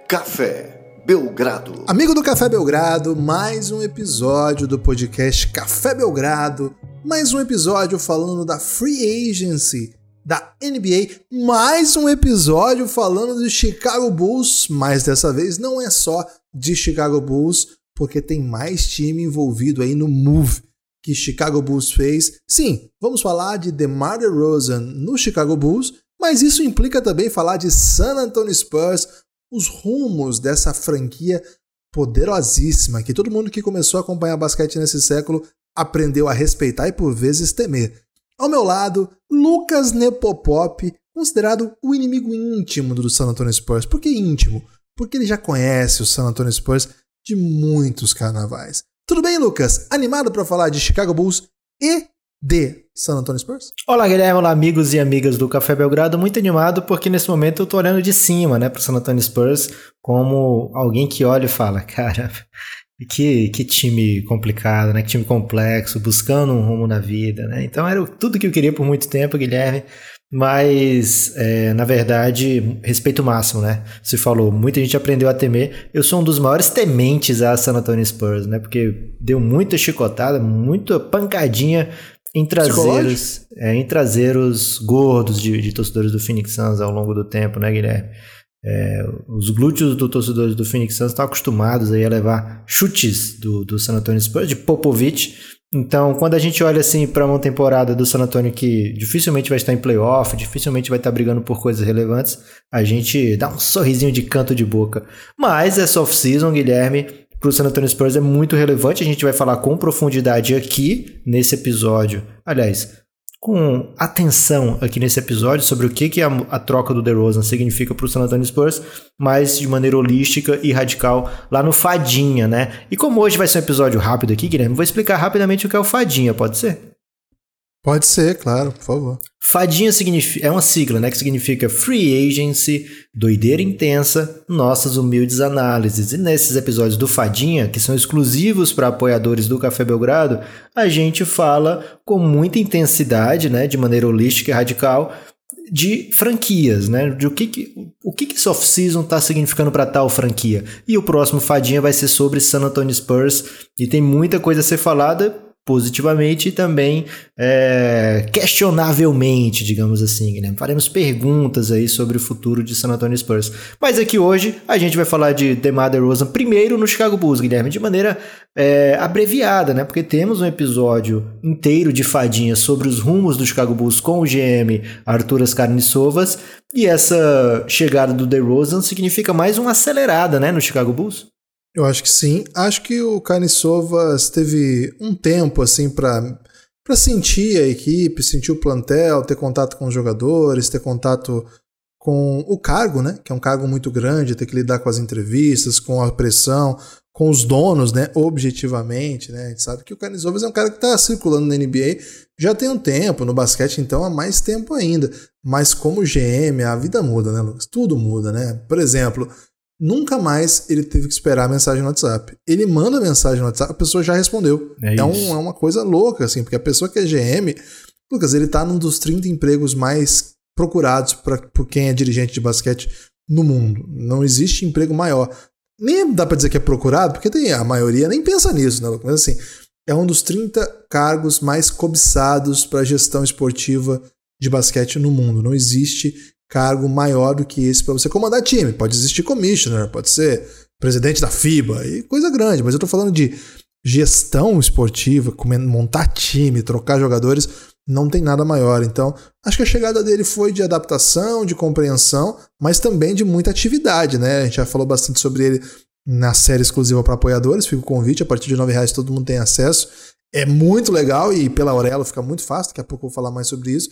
Café Belgrado. Amigo do Café Belgrado, mais um episódio do podcast Café Belgrado, mais um episódio falando da Free Agency da NBA, mais um episódio falando do Chicago Bulls, mas dessa vez não é só de Chicago Bulls, porque tem mais time envolvido aí no move que Chicago Bulls fez. Sim, vamos falar de DeMar DeRozan no Chicago Bulls, mas isso implica também falar de San Antonio Spurs, os rumos dessa franquia poderosíssima que todo mundo que começou a acompanhar basquete nesse século aprendeu a respeitar e por vezes temer. Ao meu lado, Lucas Nepopop, considerado o inimigo íntimo do San Antonio Spurs. Por que íntimo? Porque ele já conhece o San Antonio Spurs de muitos carnavais. Tudo bem, Lucas? Animado para falar de Chicago Bulls e de San Antonio Spurs? Olá, Guilherme, olá, amigos e amigas do Café Belgrado. Muito animado porque nesse momento eu tô olhando de cima, né, pro San Antonio Spurs como alguém que olha e fala, cara, que time complicado, né, que time complexo, buscando um rumo na vida, né. Então era tudo que eu queria por muito tempo, Guilherme, mas na verdade, respeito máximo, né. Você falou, muita gente aprendeu a temer. Eu sou um dos maiores tementes a San Antonio Spurs, né, porque deu muita chicotada, muita pancadinha em traseiros gordos de torcedores do Phoenix Suns ao longo do tempo, né, Guilherme? Os glúteos dos torcedores do Phoenix Suns estão acostumados aí a levar chutes do San Antonio Spurs, de Popovich. Então, quando a gente olha assim para uma temporada do San Antonio que dificilmente vai estar em playoff, dificilmente vai estar brigando por coisas relevantes, a gente dá um sorrisinho de canto de boca. Mas essa off-season, Guilherme, para o San Antonio Spurs é muito relevante. A gente vai falar com profundidade aqui nesse episódio. Aliás, com atenção aqui nesse episódio sobre o que a troca do DeRozan significa para o San Antonio Spurs, mas de maneira holística e radical lá no Fadinha, né? E como hoje vai ser um episódio rápido aqui, Guilherme, vou explicar rapidamente o que é o Fadinha, pode ser? Pode ser, claro, por favor. Fadinha é uma sigla, né, que significa Free Agency, doideira intensa, nossas humildes análises. E nesses episódios do Fadinha, que são exclusivos para apoiadores do Café Belgrado, a gente fala com muita intensidade, né, de maneira holística e radical, de franquias, né, de o que esse off-season está significando para tal franquia. E o próximo Fadinha vai ser sobre San Antonio Spurs, e tem muita coisa a ser falada, positivamente e também questionavelmente, digamos assim, né? Faremos perguntas aí sobre o futuro de San Antonio Spurs. Mas aqui hoje a gente vai falar de DeMar DeRozan primeiro no Chicago Bulls, Guilherme, de maneira abreviada, né? Porque temos um episódio inteiro de Fadinha sobre os rumos do Chicago Bulls com o GM Arturas Karnisovas, e essa chegada do DeRozan significa mais uma acelerada, né, no Chicago Bulls. Eu acho que sim. Acho que o Karnisovas teve um tempo assim para sentir a equipe, sentir o plantel, ter contato com os jogadores, ter contato com o cargo, né? Que é um cargo muito grande, ter que lidar com as entrevistas, com a pressão, com os donos, né? Objetivamente, né? A gente sabe que o Karnisovas é um cara que está circulando na NBA já tem um tempo, no basquete então há mais tempo ainda. Mas como GM, a vida muda, né, Lucas? Tudo muda, né? Por exemplo, nunca mais ele teve que esperar a mensagem no WhatsApp. Ele manda a mensagem no WhatsApp, a pessoa já respondeu. É uma coisa louca, assim, porque a pessoa que é GM, Lucas, ele tá num dos 30 empregos mais procurados por quem é dirigente de basquete no mundo. Não existe emprego maior. Nem dá pra dizer que é procurado, porque a maioria nem pensa nisso, né, Lucas? Mas assim, é um dos 30 cargos mais cobiçados para gestão esportiva de basquete no mundo. Não existe cargo maior do que esse para você comandar time. Pode existir commissioner, pode ser presidente da FIBA e coisa grande, mas eu tô falando de gestão esportiva, montar time, trocar jogadores, não tem nada maior. Então, acho que a chegada dele foi de adaptação, de compreensão, mas também de muita atividade, né? A gente já falou bastante sobre ele na série exclusiva para apoiadores, fica o convite, a partir de R$9 todo mundo tem acesso. É muito legal e pela Aurelo fica muito fácil, daqui a pouco eu vou falar mais sobre isso.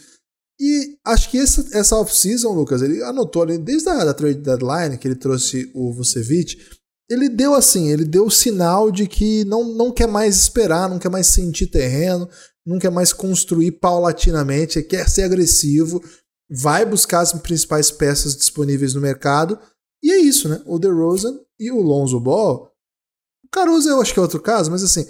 E acho que essa off-season, Lucas, ele anotou ali, desde a trade deadline, que ele trouxe o Vucevic, ele deu o sinal de que não quer mais esperar, não quer mais sentir terreno, não quer mais construir paulatinamente, quer ser agressivo, vai buscar as principais peças disponíveis no mercado, e é isso, né? O DeRozan e o Lonzo Ball, o Caruso eu acho que é outro caso, mas assim,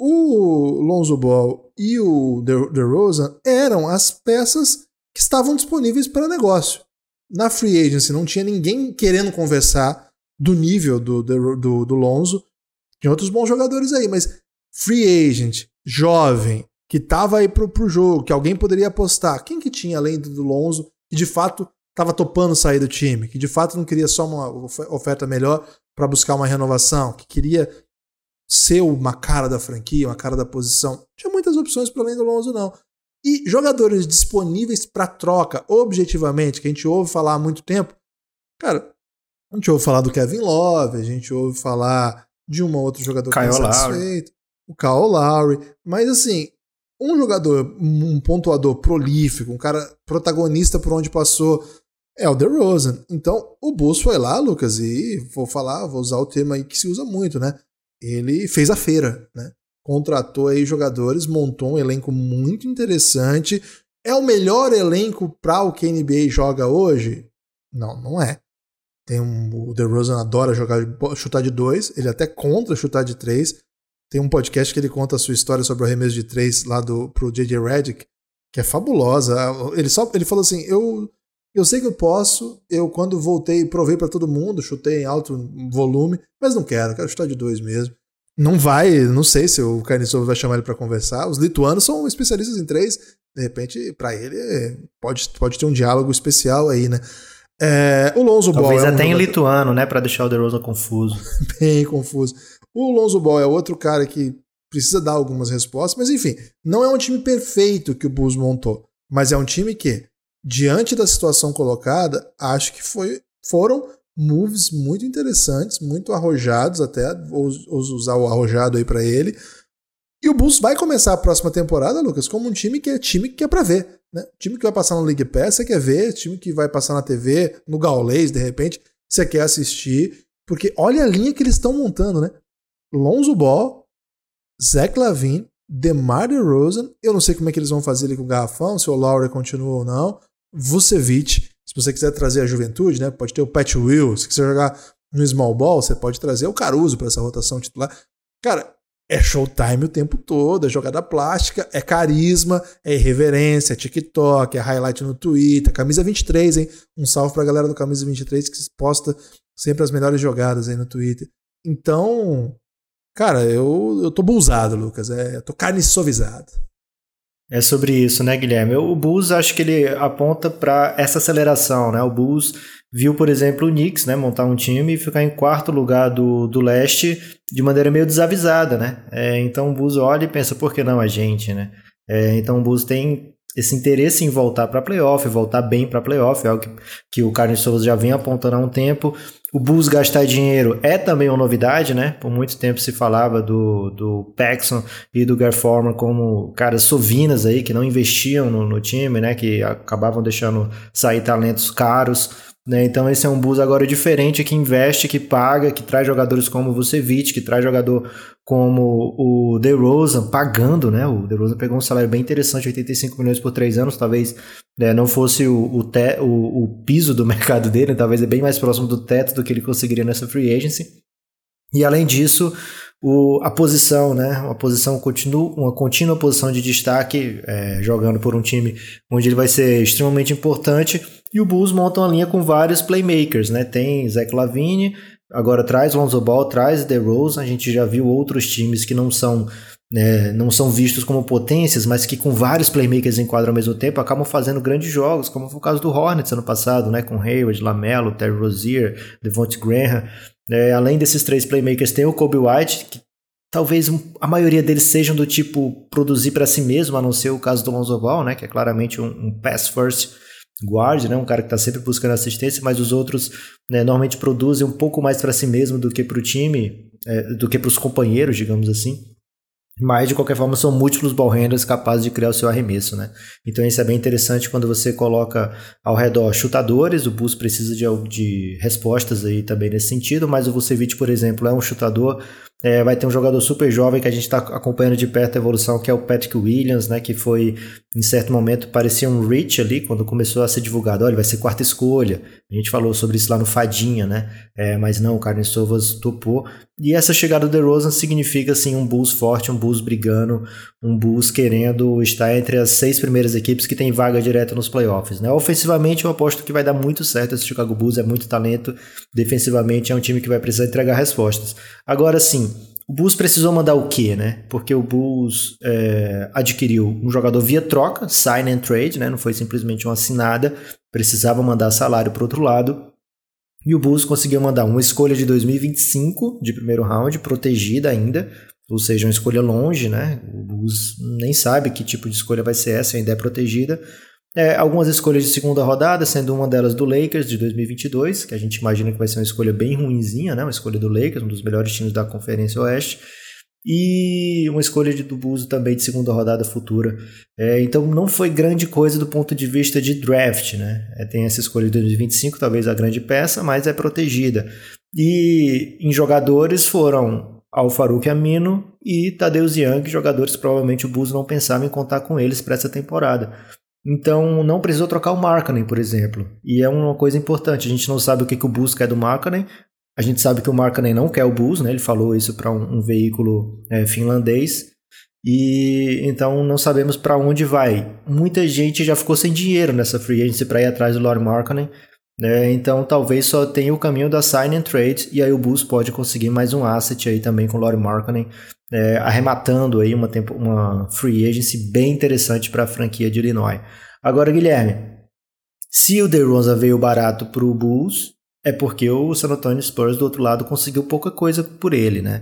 o Lonzo Ball e o DeRozan eram as peças que estavam disponíveis para negócio. Na Free Agency não tinha ninguém querendo conversar do nível do Lonzo. Tem outros bons jogadores aí, mas free agent, jovem, que tava aí pro jogo, que alguém poderia apostar. Quem que tinha além do Lonzo, que de fato tava topando sair do time, que de fato não queria só uma oferta melhor para buscar uma renovação, que queria ser uma cara da franquia, uma cara da posição? Tinha muitas opções para além do Lonzo, não. E jogadores disponíveis para troca, objetivamente, que a gente ouve falar há muito tempo, cara, a gente ouve falar do Kevin Love, a gente ouve falar de um outro jogador que é satisfeito, o Kyle Lowry, mas assim, um jogador, um pontuador prolífico, um cara protagonista por onde passou, é o DeRozan. Então, o Bulls foi lá, Lucas, e vou usar o termo aí que se usa muito, né? Ele fez a feira, né? Contratou aí jogadores, montou um elenco muito interessante. É o melhor elenco para o que a NBA joga hoje? Não, não é. O DeRozan adora chutar de 2, ele até contra chutar de 3. Tem um podcast que ele conta a sua história sobre o arremesso de 3 lá pro J.J. Redick, que é fabulosa. Ele falou assim, eu sei que eu posso, eu quando voltei provei para todo mundo, chutei em alto volume, mas não quero chutar de 2 mesmo. Não sei se o Karnišovas vai chamar ele para conversar. Os lituanos são especialistas em 3, de repente para ele pode ter um diálogo especial aí, né? O Lonzo Ball talvez até em lituano, né, para deixar o DeRozan confuso. Bem confuso. O Lonzo Ball é outro cara que precisa dar algumas respostas, mas enfim, não é um time perfeito que o Bulls montou, mas é um time que, diante da situação colocada, acho que foram moves muito interessantes, muito arrojados até, vou usar o arrojado aí pra ele. E o Bulls vai começar a próxima temporada, Lucas, como um time que é pra ver, né? Time que vai passar no League Pass, você quer ver, time que vai passar na TV, no Gaulês, de repente, você quer assistir, porque olha a linha que eles estão montando, né? Lonzo Ball, Zach LaVine, DeMar DeRozan, eu não sei como é que eles vão fazer ali com o garrafão, se o Lowry continua ou não, Vucevic, se você quiser trazer a juventude, né? Pode ter o Pat Will, se quiser jogar no small ball, você pode trazer o Caruso para essa rotação titular. Cara, é showtime o tempo todo, é jogada plástica, é carisma, é irreverência, é TikTok, é highlight no Twitter, camisa 23, hein? Um salve pra galera do camisa 23 que posta sempre as melhores jogadas aí no Twitter. Então, cara, eu tô bullsado, Lucas, eu tô carniçovizado. É sobre isso, né, Guilherme? O Bulls, acho que ele aponta para essa aceleração, né? O Bulls viu, por exemplo, o Knicks, né, montar um time e ficar em quarto lugar do leste de maneira meio desavisada, né? Então o Bulls olha e pensa, por que não a gente, né? Então o Bulls tem esse interesse em voltar para playoff, voltar bem para playoff, é algo que o Karnišovas já vem apontando há um tempo. O Bulls gastar dinheiro é também uma novidade, né? Por muito tempo se falava do Paxson e do Gar Forman como caras sovinas aí, que não investiam no time, né? Que acabavam deixando sair talentos caros, né? Então esse é um Bulls agora diferente, que investe, que paga, que traz jogadores como o Vucevic, que traz jogador como o DeRozan, pagando, né? O DeRozan pegou um salário bem interessante, 85 milhões por 3 anos, talvez não fosse o piso do mercado dele, talvez é bem mais próximo do teto do que ele conseguiria nessa free agency. E além disso, a posição, né? Uma contínua posição de destaque, jogando por um time onde ele vai ser extremamente importante. E o Bulls monta uma linha com vários playmakers, né? Tem Zach LaVine, agora traz Lonzo Ball, traz DeRozan. A gente já viu outros times que não são vistos como potências, mas que com vários playmakers em quadro ao mesmo tempo acabam fazendo grandes jogos, como foi o caso do Hornets ano passado, né? Com Hayward, LaMelo, Terry Rozier, Devonte Graham. Além desses 3 playmakers, tem o Kobe White, que talvez a maioria deles sejam do tipo produzir para si mesmo, a não ser o caso do Lonzo Ball, né? Que é claramente um pass first guard, né? Um cara que está sempre buscando assistência, mas os outros, né, normalmente produzem um pouco mais para si mesmo do que para o time, do que para os companheiros, digamos assim. Mas, de qualquer forma, são múltiplos ball handlers capazes de criar o seu arremesso, né? Então isso é bem interessante quando você coloca ao redor chutadores. O Bulls precisa de respostas aí também nesse sentido, mas o Vucevic, por exemplo, é um chutador. Vai ter um jogador super jovem que a gente está acompanhando de perto a evolução, que é o Patrick Williams, né? Que foi, em certo momento, parecia um reach ali, quando começou a ser divulgado. Olha, vai ser 4ª escolha. A gente falou sobre isso lá no Fadinha, né? Mas não, o Karnišovas topou. E essa chegada do DeRozan significa, assim, um Bulls forte, um Bulls brigando um Bulls querendo estar entre as 6 primeiras equipes que tem vaga direta nos playoffs, né? Ofensivamente, eu aposto que vai dar muito certo. Esse Chicago Bulls é muito talento. Defensivamente, é um time que vai precisar entregar respostas. Agora, sim, o Bulls precisou mandar o quê, né? Porque o Bulls adquiriu um jogador via troca, sign and trade, né? Não foi simplesmente uma assinada. Precisava mandar salário para o outro lado. E o Bulls conseguiu mandar uma escolha de 2025 de primeiro round, protegida ainda, ou seja, uma escolha longe, né? O Bulls nem sabe que tipo de escolha vai ser essa, ainda é protegida. Algumas escolhas de segunda rodada, sendo uma delas do Lakers de 2022, que a gente imagina que vai ser uma escolha bem ruinzinha, né? Uma escolha do Lakers, um dos melhores times da Conferência Oeste. E uma escolha do Bulls também de segunda rodada futura. Então não foi grande coisa do ponto de vista de draft, né? Tem essa escolha de 2025, talvez a grande peça, mas é protegida. E em jogadores foram Al-Farouq Aminu e Tadeusz Young, jogadores que provavelmente o Bulls não pensava em contar com eles para essa temporada. Então não precisou trocar o Markkanen, por exemplo. E é uma coisa importante, a gente não sabe o que o Bulls quer do Markkanen. A gente sabe que o Markkanen não quer o Bulls, né? Ele falou isso para um veículo finlandês. E então não sabemos para onde vai. Muita gente já ficou sem dinheiro nessa free agency para ir atrás do Lauri Markkanen. Então talvez só tenha o caminho da sign and trade. E aí o Bulls pode conseguir mais um asset aí também com o Lauri Markkanen. Arrematando aí uma free agency bem interessante para a franquia de Illinois. Agora, Guilherme, se o DeRozan veio barato para o Bulls, é porque o San Antonio Spurs do outro lado conseguiu pouca coisa por ele, né?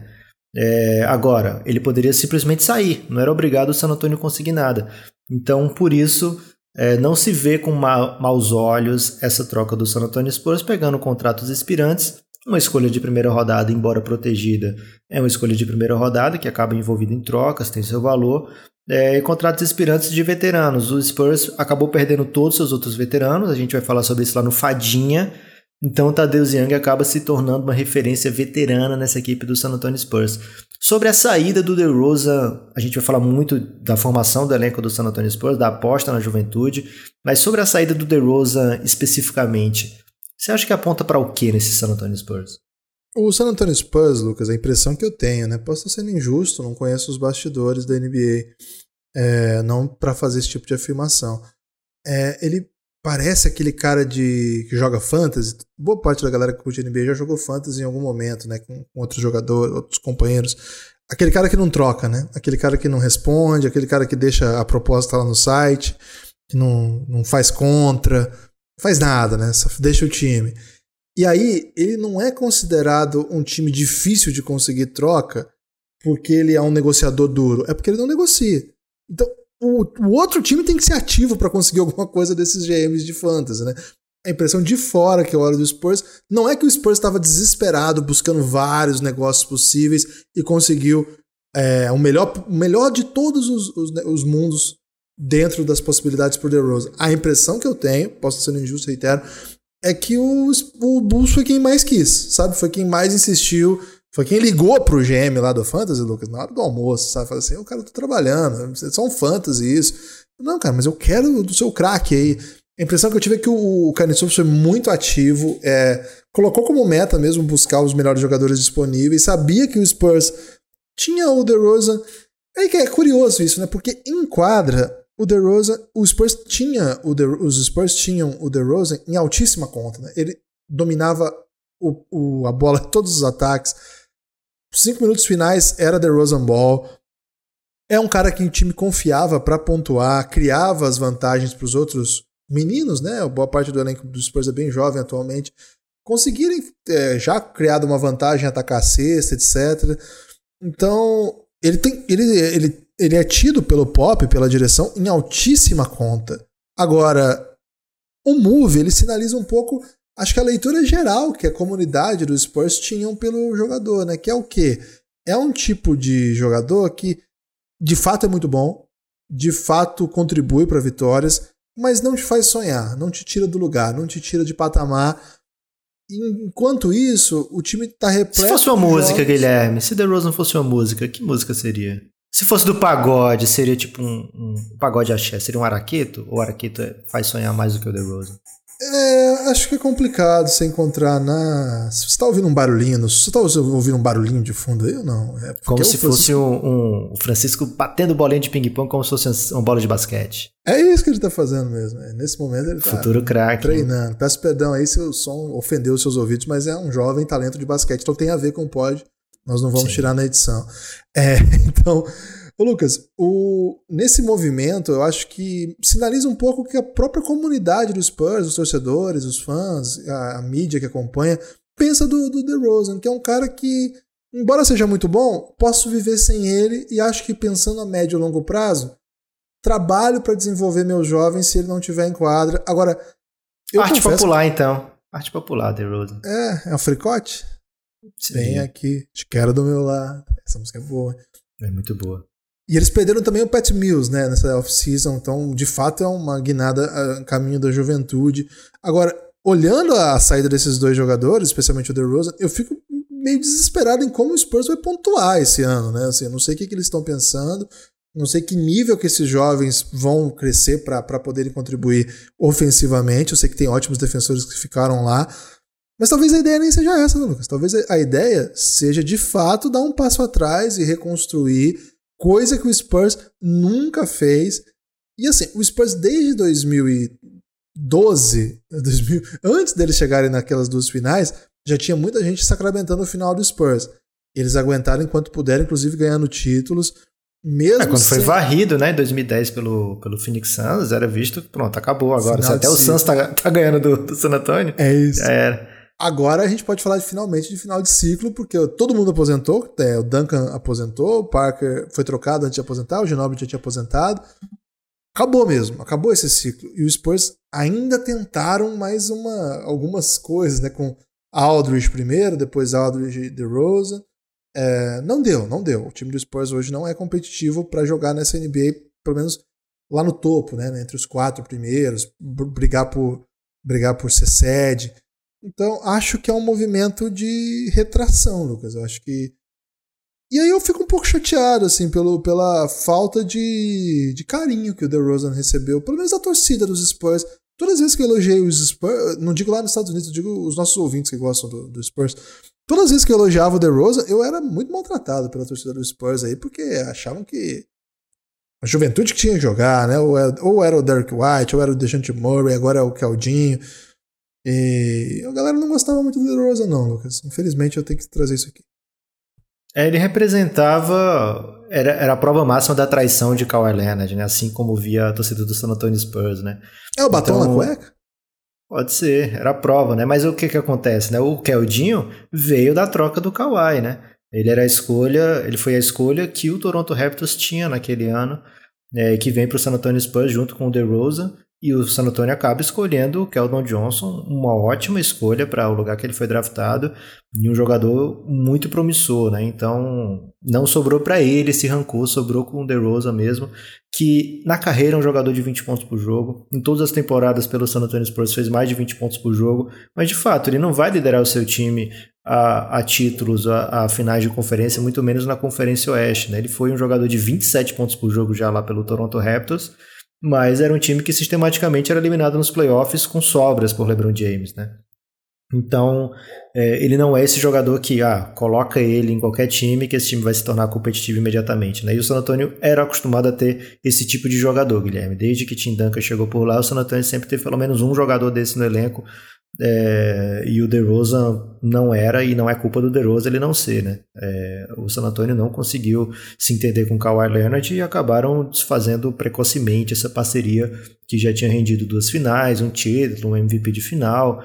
Agora, ele poderia simplesmente sair, não era obrigado o San Antonio conseguir nada. Então, por isso, não se vê com maus olhos essa troca do San Antonio Spurs, pegando contratos expirantes. Uma escolha de primeira rodada, embora protegida, é uma escolha de primeira rodada que acaba envolvida em trocas, tem seu valor. E contratos expirantes de veteranos. O Spurs acabou perdendo todos os seus outros veteranos, a gente vai falar sobre isso lá no Fadinha. Então o Tadeusz Young acaba se tornando uma referência veterana nessa equipe do San Antonio Spurs. Sobre a saída do DeRozan, a gente vai falar muito da formação do elenco do San Antonio Spurs, da aposta na juventude, mas sobre a saída do DeRozan especificamente, você acha que aponta para o que nesse San Antonio Spurs? O San Antonio Spurs, Lucas, a impressão que eu tenho, né? Posso estar sendo injusto, não conheço os bastidores da NBA, não para fazer esse tipo de afirmação. Ele parece aquele cara que joga fantasy. Boa parte da galera que curte NBA já jogou fantasy em algum momento, né? Com outros jogadores, outros companheiros. Aquele cara que não troca, né? Aquele cara que não responde, aquele cara que deixa a proposta lá no site, que não faz contra, não faz nada, né? Só deixa o time. E aí, ele não é considerado um time difícil de conseguir troca porque ele é um negociador duro. É porque ele não negocia. Então, o outro time tem que ser ativo para conseguir alguma coisa desses GMs de fantasy, né? A impressão de fora que eu olho do Spurs não é que o Spurs estava desesperado buscando vários negócios possíveis e conseguiu o melhor de todos os mundos dentro das possibilidades por DeRozan. A impressão que eu tenho, posso ser injusto, reitero, é que o Bulls foi quem mais quis, sabe? Foi quem mais insistiu. Foi quem ligou pro GM lá do Fantasy, Lucas, na hora do almoço, sabe? Falei assim, o cara tá trabalhando, é só um Fantasy isso. Não, cara, mas eu quero do seu craque aí. A impressão que eu tive é que o Karnišovas foi muito ativo, colocou como meta mesmo buscar os melhores jogadores disponíveis, sabia que o Spurs tinha o DeRozan. Que é curioso isso, né? Porque em quadra, o DeRozan, os Spurs tinham o DeRozan em altíssima conta, né? Ele dominava a bola em todos os ataques. 5 minutos finais era DeRozan Ball. É um cara que o time confiava para pontuar, criava as vantagens para os outros meninos, né? Boa parte do elenco do Spurs é bem jovem atualmente. Conseguirem já criado uma vantagem, atacar a cesta, etc. Então, ele é tido pelo Pop, pela direção, em altíssima conta. Agora, o move, ele sinaliza um pouco, acho que a leitura geral que a comunidade do Spurs tinham pelo jogador, né? Que é o quê? É um tipo de jogador que, de fato, é muito bom, de fato contribui para vitórias, mas não te faz sonhar, não te tira do lugar, não te tira de patamar. Enquanto isso, o time tá repleto. Se fosse uma música, Guilherme, se DeRozan fosse uma música, que música seria? Se fosse do pagode, seria tipo um pagode axé, seria um Araqueto? Ou o Araqueto faz sonhar mais do que o DeRozan? Acho que é complicado você encontrar na... Você está ouvindo um barulhinho, você está ouvindo um barulhinho de fundo aí ou não? Como se fosse o Francisco batendo bolinha de ping-pong como se fosse uma bola de basquete. É isso que ele está fazendo mesmo. Nesse momento ele está futuro craque, treinando. Hein? Peço perdão aí se o som ofendeu os seus ouvidos, mas é um jovem talento de basquete, então tem a ver com pode. Nós não vamos tirar na edição. Então... Ô Lucas, nesse movimento eu acho que sinaliza um pouco que a própria comunidade do Spurs, os torcedores, os fãs, a mídia que acompanha, pensa do DeRozan, que é um cara que, embora seja muito bom, posso viver sem ele e acho que pensando a médio e longo prazo, trabalho para desenvolver meus jovens se ele não tiver em quadra. Agora, arte popular então, arte popular, DeRozan. É um fricote? Vem aqui, te quero do meu lado. Essa música é boa. É muito boa. E eles perderam também o Pat Mills, né, nessa off-season, então de fato é uma guinada a caminho da juventude. Agora, olhando a saída desses dois jogadores, especialmente o DeRozan, eu fico meio desesperado em como o Spurs vai pontuar esse ano, né? Assim, eu não sei o que eles estão pensando, não sei que nível que esses jovens vão crescer para poderem contribuir ofensivamente. Eu sei que tem ótimos defensores que ficaram lá, mas talvez a ideia nem seja essa, né, Lucas? Talvez a ideia seja de fato dar um passo atrás e reconstruir, coisa que o Spurs nunca fez. E assim, o Spurs desde 2012, antes deles chegarem naquelas duas finais, já tinha muita gente sacramentando o final do Spurs. Eles aguentaram enquanto puderam, inclusive ganhando títulos. Mesmo quando foi varrido, né, em 2010 pelo Phoenix Suns, era visto, pronto, acabou agora. Se até o Suns tá ganhando do San Antonio. É isso. Já era. Agora a gente pode falar finalmente de final de ciclo, porque todo mundo aposentou, o Duncan aposentou, o Parker foi trocado antes de aposentar, o Ginobili já tinha aposentado. Acabou mesmo, acabou esse ciclo. E os Spurs ainda tentaram mais algumas coisas, né, com Aldridge primeiro, depois Aldridge e DeRozan. Não deu. O time do Spurs hoje não é competitivo para jogar nessa NBA, pelo menos lá no topo, né, entre os 4 primeiros, brigar por ser sede. Então, acho que é um movimento de retração, Lucas. Eu acho que... E aí eu fico um pouco chateado, assim, pela falta de carinho que o DeRozan recebeu, pelo menos a torcida dos Spurs. Todas as vezes que eu elogiei os Spurs, não digo lá nos Estados Unidos, eu digo os nossos ouvintes que gostam do Spurs, todas as vezes que eu elogiava o DeRozan, eu era muito maltratado pela torcida dos Spurs aí, porque achavam que a juventude que tinha que jogar, né? Ou era o Derrick White, ou era o DeJounte Murray, agora é o Caldinho. E a galera não gostava muito do DeRozan não, Lucas. Infelizmente eu tenho que trazer isso aqui. Ele representava... Era a prova máxima da traição de Kawhi Leonard, né? Assim como via a torcida do San Antonio Spurs, né? É o batom na cueca? Pode ser, era a prova, né? Mas o que acontece, né? O Keldinho veio da troca do Kawhi, né? Ele foi a escolha que o Toronto Raptors tinha naquele ano, que vem para o San Antonio Spurs junto com o DeRozan. E o San Antonio acaba escolhendo o Keldon Johnson, uma ótima escolha para o lugar que ele foi draftado, e um jogador muito promissor, né? Então não sobrou para ele esse rancor, sobrou com o DeRozan mesmo, que na carreira é um jogador de 20 pontos por jogo. Em todas as temporadas pelo San Antonio Spurs fez mais de 20 pontos por jogo, mas de fato ele não vai liderar o seu time a títulos, a finais de conferência, muito menos na Conferência Oeste, né? Ele foi um jogador de 27 pontos por jogo já lá pelo Toronto Raptors, mas era um time que sistematicamente era eliminado nos playoffs com sobras por LeBron James, né? Então, ele não é esse jogador que coloca ele em qualquer time que esse time vai se tornar competitivo imediatamente, né? E o San Antonio era acostumado a ter esse tipo de jogador, Guilherme. Desde que Tim Duncan chegou por lá, o San Antonio sempre teve pelo menos um jogador desse no elenco, e o DeRozan não era, e não é culpa do DeRozan ele não ser, né? O San Antonio não conseguiu se entender com o Kawhi Leonard e acabaram desfazendo precocemente essa parceria que já tinha rendido 2 finais, um título, um MVP de final,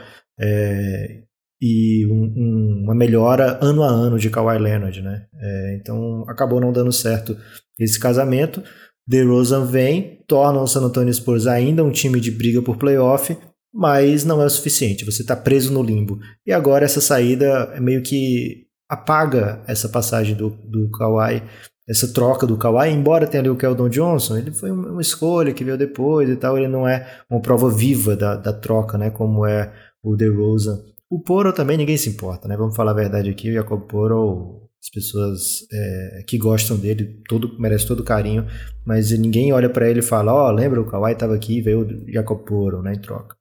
e uma melhora ano a ano de Kawhi Leonard, né? Então acabou não dando certo esse casamento. DeRozan vem, torna o San Antonio Spurs ainda um time de briga por playoff, mas não é o suficiente, você está preso no limbo. E agora essa saída meio que apaga essa passagem do Kawhi, essa troca do Kawhi, embora tenha ali o Keldon Johnson, ele foi uma escolha que veio depois e tal, ele não é uma prova viva da troca, né, como é o DeRozan. O Porro também ninguém se importa, né, vamos falar a verdade aqui, o Jakob Porro, as pessoas que gostam dele, merece todo carinho, mas ninguém olha para ele e fala, lembra o Kawhi estava aqui e veio o Jakob Porro, né, em troca.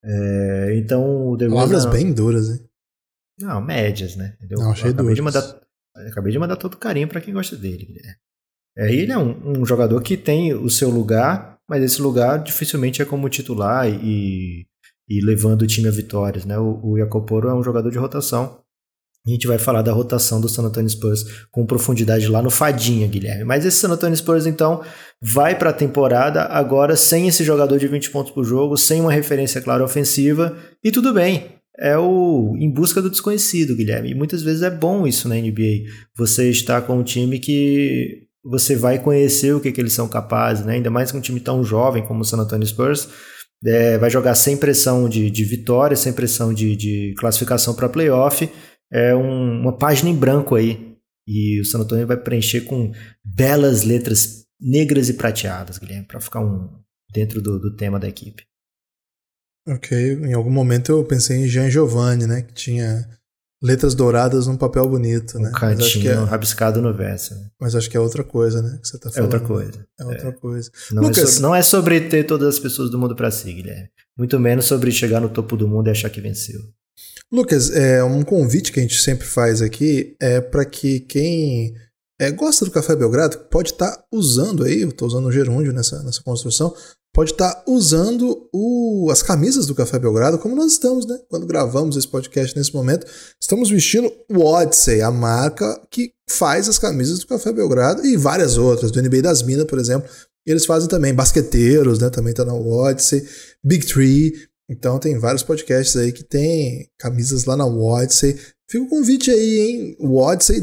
Então o DeRozan... Palavras bem duras, hein? Não, médias, né? Não, achei duras. Acabei de mandar todo carinho pra quem gosta dele. Ele é um jogador que tem o seu lugar, mas esse lugar dificilmente é como titular e levando o time a vitórias, né? O Jakob Poeltl é um jogador de rotação. A gente vai falar da rotação do San Antonio Spurs com profundidade lá no Fadinha, Guilherme. Mas esse San Antonio Spurs, então, vai para a temporada agora sem esse jogador de 20 pontos por jogo, sem uma referência clara ofensiva, e tudo bem. É em busca do desconhecido, Guilherme. E muitas vezes é bom isso na NBA. Você está com um time que você vai conhecer o que eles são capazes, né? Ainda mais com um time tão jovem como o San Antonio Spurs. Vai jogar sem pressão de vitória, sem pressão de classificação para playoff. É uma página em branco aí. E o San Antonio vai preencher com belas letras negras e prateadas, Guilherme, para ficar dentro do tema da equipe. Ok, em algum momento eu pensei em Jean Giovanni, né? Que tinha letras douradas num papel bonito, né? Cantinho rabiscado no verso. Né? Mas acho que é outra coisa, né? Que você tá falando. É outra coisa. É outra coisa. Lucas, não é sobre ter todas as pessoas do mundo para si, Guilherme. Muito menos sobre chegar no topo do mundo e achar que venceu. Lucas, um convite que a gente sempre faz aqui é para que quem gosta do Café Belgrado pode estar usando aí, eu estou usando o gerúndio nessa construção, pode estar usando as camisas do Café Belgrado, como nós estamos, né? Quando gravamos esse podcast nesse momento, estamos vestindo o Odyssey, a marca que faz as camisas do Café Belgrado e várias outras, do NBA das Minas, por exemplo. E eles fazem também, Basqueteiros, né? Também está na Odyssey, Big Tree. Então tem vários podcasts aí que tem camisas lá na Odyssey. Fica o convite aí, hein? Odyssey,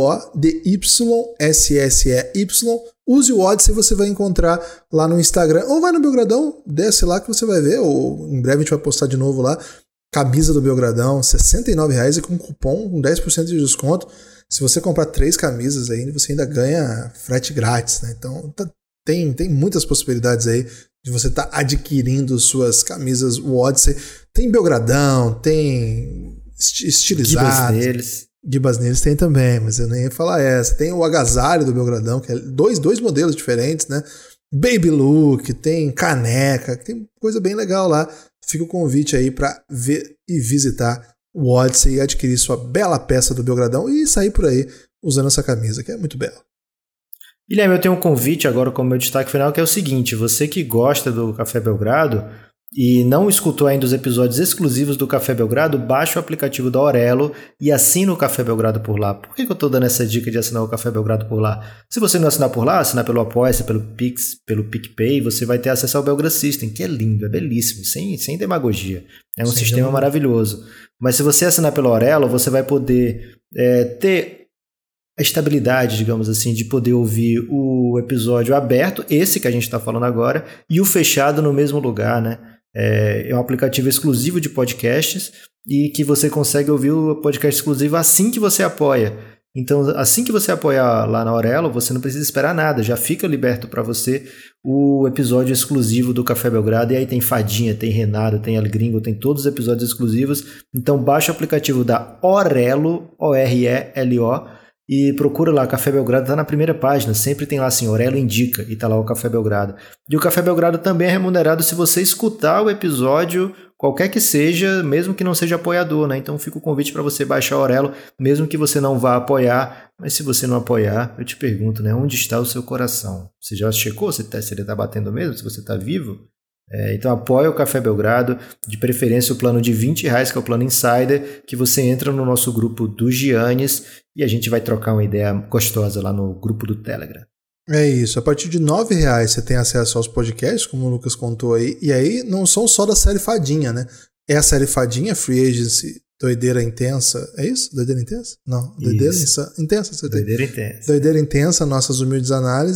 WODYSSEY. Use o Odyssey, você vai encontrar lá no Instagram. Ou vai no Belgradão, desce lá que você vai ver. Ou em breve a gente vai postar de novo lá. Camisa do Belgradão, R$69 e com cupom com 10% de desconto. Se você comprar 3 camisas aí, você ainda ganha frete grátis, né? Então tem muitas possibilidades aí de você estar adquirindo suas camisas Odyssey. Tem Belgradão, tem estilizados. Gibas neles tem também, mas eu nem ia falar essa. Tem o agasalho do Belgradão, que é dois modelos diferentes, né? Baby Look, tem caneca, tem coisa bem legal lá. Fica o convite aí para ver e visitar o Odyssey e adquirir sua bela peça do Belgradão e sair por aí usando essa camisa, que é muito bela. Guilherme, eu tenho um convite agora como meu destaque final, que é o seguinte: você que gosta do Café Belgrado e não escutou ainda os episódios exclusivos do Café Belgrado, baixa o aplicativo da Aurelo e assina o Café Belgrado por lá. Por que eu estou dando essa dica de assinar o Café Belgrado por lá? Se você não assinar por lá, assinar pelo Apoia-se, pelo Pix, pelo PicPay, você vai ter acesso ao Belgra System, que é lindo, é belíssimo, sem demagogia. É um sistema maravilhoso. Mas se você assinar pelo Aurelo, você vai poder ter a estabilidade, digamos assim, de poder ouvir o episódio aberto, esse que a gente está falando agora, e o fechado no mesmo lugar, né? É um aplicativo exclusivo de podcasts e que você consegue ouvir o podcast exclusivo assim que você apoia. Então, assim que você apoiar lá na Aurelo, você não precisa esperar nada, já fica liberto para você o episódio exclusivo do Café Belgrado, e aí tem Fadinha, tem Renato, tem El Gringo, tem todos os episódios exclusivos. Então, baixa o aplicativo da Aurelo, O-R-E-L-O, e procura lá, Café Belgrado, tá na primeira página, sempre tem lá assim, Aurelo Indica, e tá lá o Café Belgrado. E o Café Belgrado também é remunerado se você escutar o episódio, qualquer que seja, mesmo que não seja apoiador, né? Então fica o convite para você baixar o Aurelo, mesmo que você não vá apoiar, mas se você não apoiar, eu te pergunto, né? Onde está o seu coração? Você já checou se ele tá batendo mesmo, se você tá vivo? Então apoia o Café Belgrado, de preferência o plano de R$20, que é o plano Insider, que você entra no nosso grupo do Giannis e a gente vai trocar uma ideia gostosa lá no grupo do Telegram. É isso, a partir de R$9 você tem acesso aos podcasts, como o Lucas contou aí, e aí não são só da série Fadinha, né? É a série Fadinha, Free Agency, Doideira Intensa, é isso? Doideira Intensa? Não, Doideira Intensa. Você tem. Doideira Intensa. Doideira Intensa, nossas humildes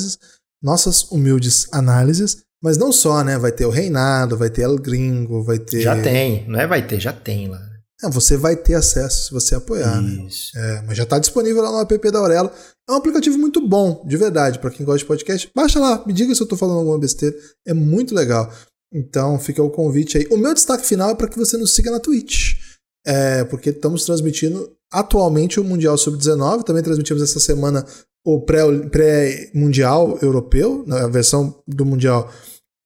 análises, mas não só, né? Vai ter o Reinado, vai ter El Gringo, vai ter... Já tem, não é vai ter, já tem lá. Você vai ter acesso se você apoiar, isso. Né? Mas já está disponível lá no app da Aurelo. É um aplicativo muito bom, de verdade, para quem gosta de podcast. Baixa lá, me diga se eu estou falando alguma besteira. É muito legal. Então fica o convite aí. O meu destaque final é para que você nos siga na Twitch. Porque estamos transmitindo atualmente o Mundial Sub-19. Também transmitimos essa semana o pré-mundial europeu, a versão do Mundial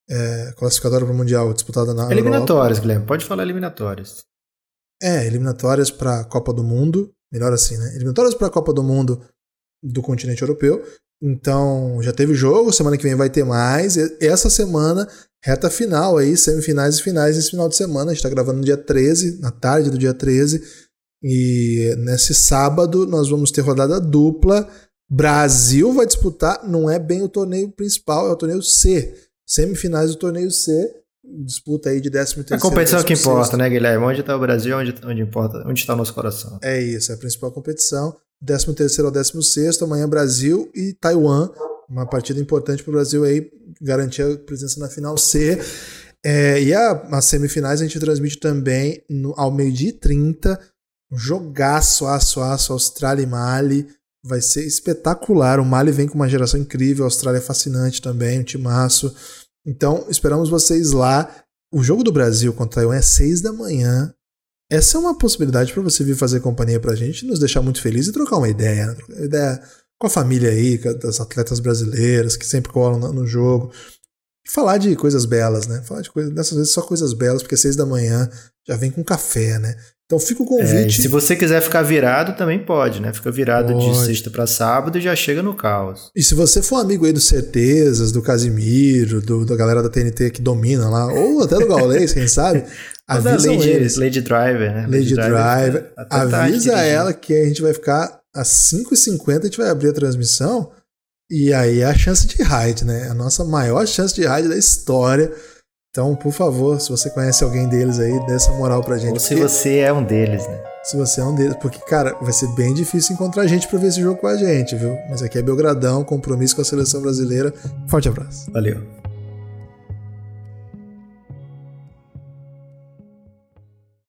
classificatória para o Mundial disputada na eliminatórias, Guilherme, pode falar eliminatórias. Eliminatórias para a Copa do Mundo, melhor assim, né? Eliminatórias para a Copa do Mundo do continente europeu. Então, já teve jogo, semana que vem vai ter mais. Essa semana, reta final aí, semifinais e finais esse final de semana. A gente está gravando no dia 13, na tarde do dia 13. E nesse sábado nós vamos ter rodada dupla. Brasil vai disputar, não é bem o torneio principal, é o torneio C. Semifinais do torneio C, disputa aí de 13º. A competição que importa, né, Guilherme? Onde está o Brasil, onde importa, onde está o nosso coração. É isso, é a principal competição. 13º ao 16º, amanhã Brasil e Taiwan. Uma partida importante para o Brasil aí, garantir a presença na final C. E as semifinais a gente transmite também ao 12h30. Um jogaço, aço, Austrália e Mali. Vai ser espetacular. O Mali vem com uma geração incrível, a Austrália é fascinante também, um timaço. Então, esperamos vocês lá. O jogo do Brasil contra Taiwan é 6 da manhã. Essa é uma possibilidade para você vir fazer companhia pra gente, nos deixar muito felizes e trocar uma ideia, né? Trocar uma ideia com a família aí, das atletas brasileiras que sempre colam no jogo. E falar de coisas belas, né? Falar de coisas, dessas vezes só coisas belas, porque 6 da manhã já vem com café, né? Então fica o convite. Se você quiser ficar virado, também pode, né? Fica virado de sexta para sábado e já chega no caos. E se você for amigo aí do Certezas, do Casimiro, da galera da TNT que domina lá, ou até do Gaules, quem sabe, avisam eles. Lady Driver, né? Lady Driver. Avisa ela que a gente vai ficar às 5h50, a gente vai abrir a transmissão, e aí é a chance de raid, né? A nossa maior chance de raid da história. Então, por favor, se você conhece alguém deles aí, dê essa moral pra gente. Ou se você é um deles, né? Se você é um deles. Porque, cara, vai ser bem difícil encontrar gente pra ver esse jogo com a gente, viu? Mas aqui é Belgradão, compromisso com a seleção brasileira. Forte abraço. Valeu.